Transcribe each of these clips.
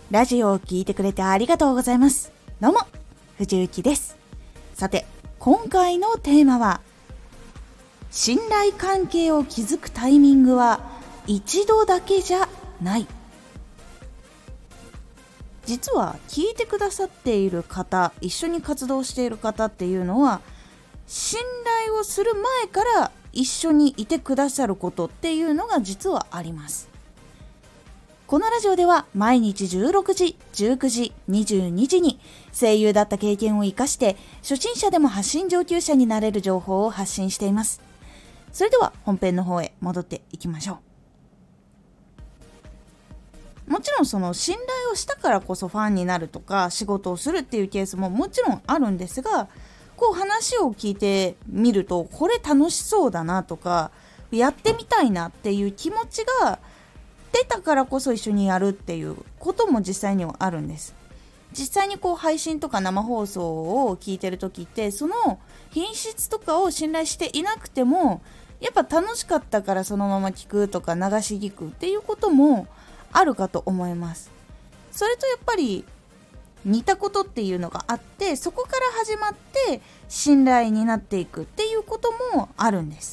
ラジオを聞いてくれてありがとうございます。どうも、藤幸です。さて、今回のテーマは、信頼関係を築くタイミングは一度だけじゃない。実は聞いてくださっている方、一緒に活動している方っていうのは、信頼をする前から一緒にいてくださることっていうのが実はあります。このラジオでは毎日16時、19時、22時に声優だった経験を生かして初心者でも発信上級者になれる情報を発信しています。それでは本編の方へ戻っていきましょう。もちろんその信頼をしたからこそファンになるとか仕事をするっていうケースももちろんあるんですが、こう話を聞いてみるとこれ楽しそうだなとかやってみたいなっていう気持ちが出たからこそ一緒にやるっていうことも実際にはあるんです。実際にこう配信とか生放送を聞いてる時ってその品質とかを信頼していなくてもやっぱ楽しかったからそのまま聞くとか流し聞くっていうこともあるかと思います。それとやっぱり似たことっていうのがあってそこから始まって信頼になっていくっていうこともあるんです。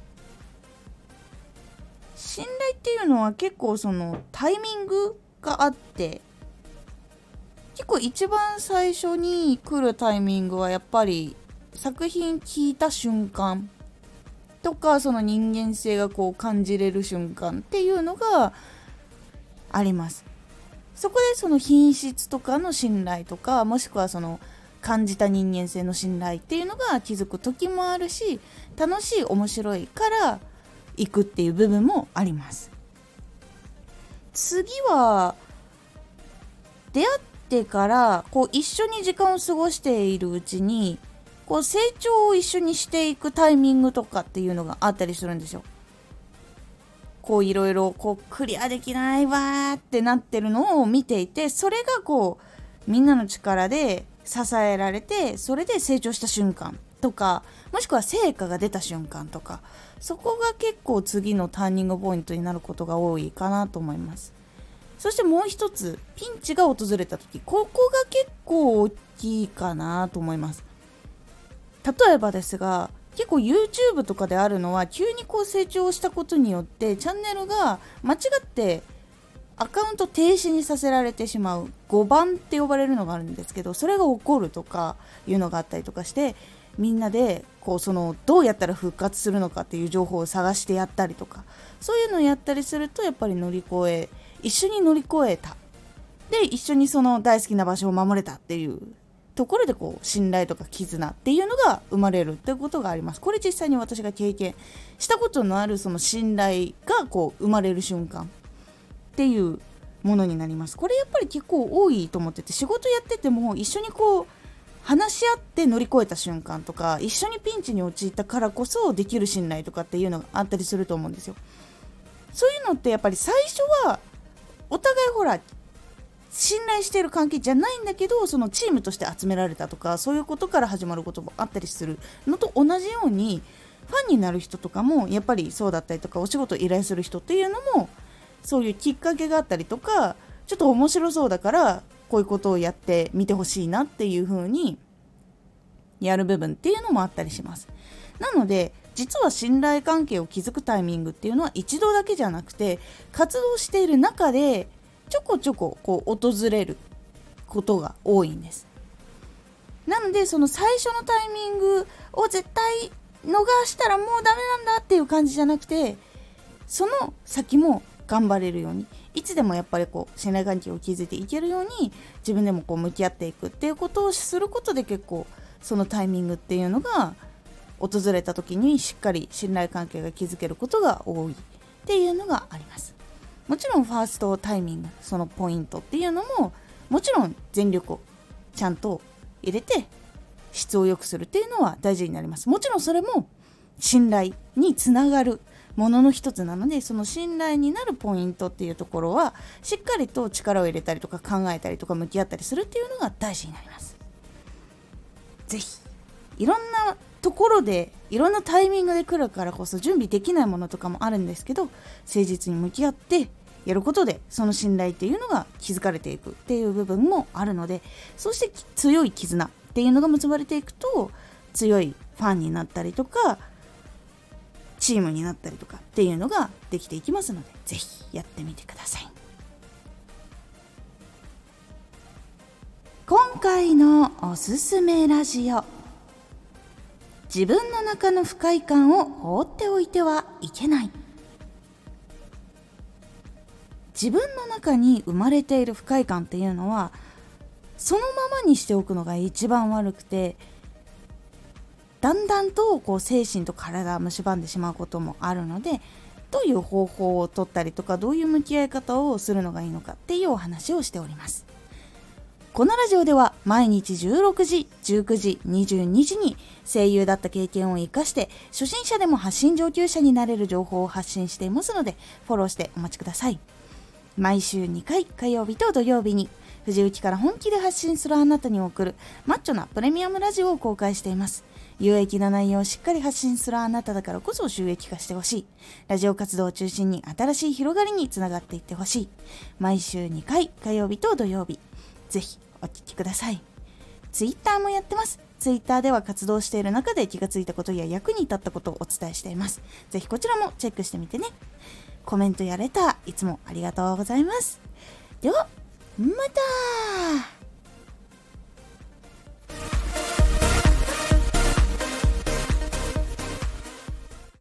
信頼っていうのは結構そのタイミングがあって結構一番最初に来るタイミングはやっぱり作品聞いた瞬間とかその人間性がこう感じれる瞬間っていうのがあります。そこでその品質とかの信頼とかもしくはその感じた人間性の信頼っていうのが気づく時もあるし楽しい面白いから行くっていう部分もあります。次は出会ってからこう一緒に時間を過ごしているうちにこう成長を一緒にしていくタイミングとかっていうのがあったりするんですよ。こういろいろこうクリアできないわーってなってるのを見ていてそれがこうみんなの力で支えられてそれで成長した瞬間とかもしくは成果が出た瞬間とかそこが結構次のターニングポイントになることが多いかなと思います。そしてもう一つピンチが訪れた時ここが結構大きいかなと思います。例えばですが結構 YouTube とかであるのは急にこう成長したことによってチャンネルが間違ってアカウント停止にさせられてしまう5番って呼ばれるのがあるんですけどそれが起こるとかいうのがあったりとかしてみんなでこうそのどうやったら復活するのかっていう情報を探してやったりとかそういうのをやったりするとやっぱり一緒に乗り越えたで一緒にその大好きな場所を守れたっていうところでこう信頼とか絆っていうのが生まれるっていうことがあります。これ実際に私が経験したことのあるその信頼がこう生まれる瞬間っていうものになります。これやっぱり結構多いと思ってて仕事やってても一緒にこう話し合って乗り越えた瞬間とか一緒にピンチに陥ったからこそできる信頼とかっていうのがあったりすると思うんですよ。そういうのってやっぱり最初はお互いほら信頼している関係じゃないんだけどそのチームとして集められたとかそういうことから始まることもあったりするのと同じようにファンになる人とかもやっぱりそうだったりとかお仕事依頼する人っていうのもそういうきっかけがあったりとかちょっと面白そうだからこういうことをやってみてほしいなっていう風にやる部分っていうのもあったりします。なので実は信頼関係を築くタイミングっていうのは一度だけじゃなくて活動している中でちょこちょここう訪れることが多いんです。なのでその最初のタイミングを絶対逃したらもうダメなんだっていう感じじゃなくてその先も頑張れるようにいつでもやっぱりこう信頼関係を築いていけるように自分でもこう向き合っていくっていうことをすることで結構そのタイミングっていうのが訪れた時にしっかり信頼関係が築けることが多いっていうのがあります。もちろんファーストタイミングそのポイントっていうのももちろん全力をちゃんと入れて質を良くするっていうのは大事になります。もちろんそれも信頼につながるものの一つなのでその信頼になるポイントっていうところはしっかりと力を入れたりとか考えたりとか向き合ったりするっていうのが大事になります。ぜひいろんなところでいろんなタイミングで来るからこそ準備できないものとかもあるんですけど誠実に向き合ってやることでその信頼っていうのが築かれていくっていう部分もあるので、そして強い絆っていうのが結ばれていくと強いファンになったりとかチームになったりとかっていうのができていきますので、ぜひやってみてください。今回のおすすめラジオ、自分の中の不快感を放っておいてはいけない。自分の中に生まれている不快感っていうのはそのままにしておくのが一番悪くて、だんだんと精神と体を蝕んでしまうこともあるので、どういう方法を取ったりとか、どういう向き合い方をするのがいいのかっていうお話をしております。このラジオでは毎日16時、19時、22時に声優だった経験を生かして初心者でも発信上級者になれる情報を発信していますので、フォローしてお待ちください。毎週2回、火曜日と土曜日に藤雪から本気で発信するあなたに送るマッチョなプレミアムラジオを公開しています。有益な内容をしっかり発信するあなただからこそ収益化してほしい。ラジオ活動を中心に新しい広がりにつながっていってほしい。毎週2回、火曜日と土曜日、ぜひお聞きください。ツイッターもやってます。ツイッターでは活動している中で気がついたことや役に立ったことをお伝えしています。ぜひこちらもチェックしてみてね。コメントやレターいつもありがとうございます。ではまた。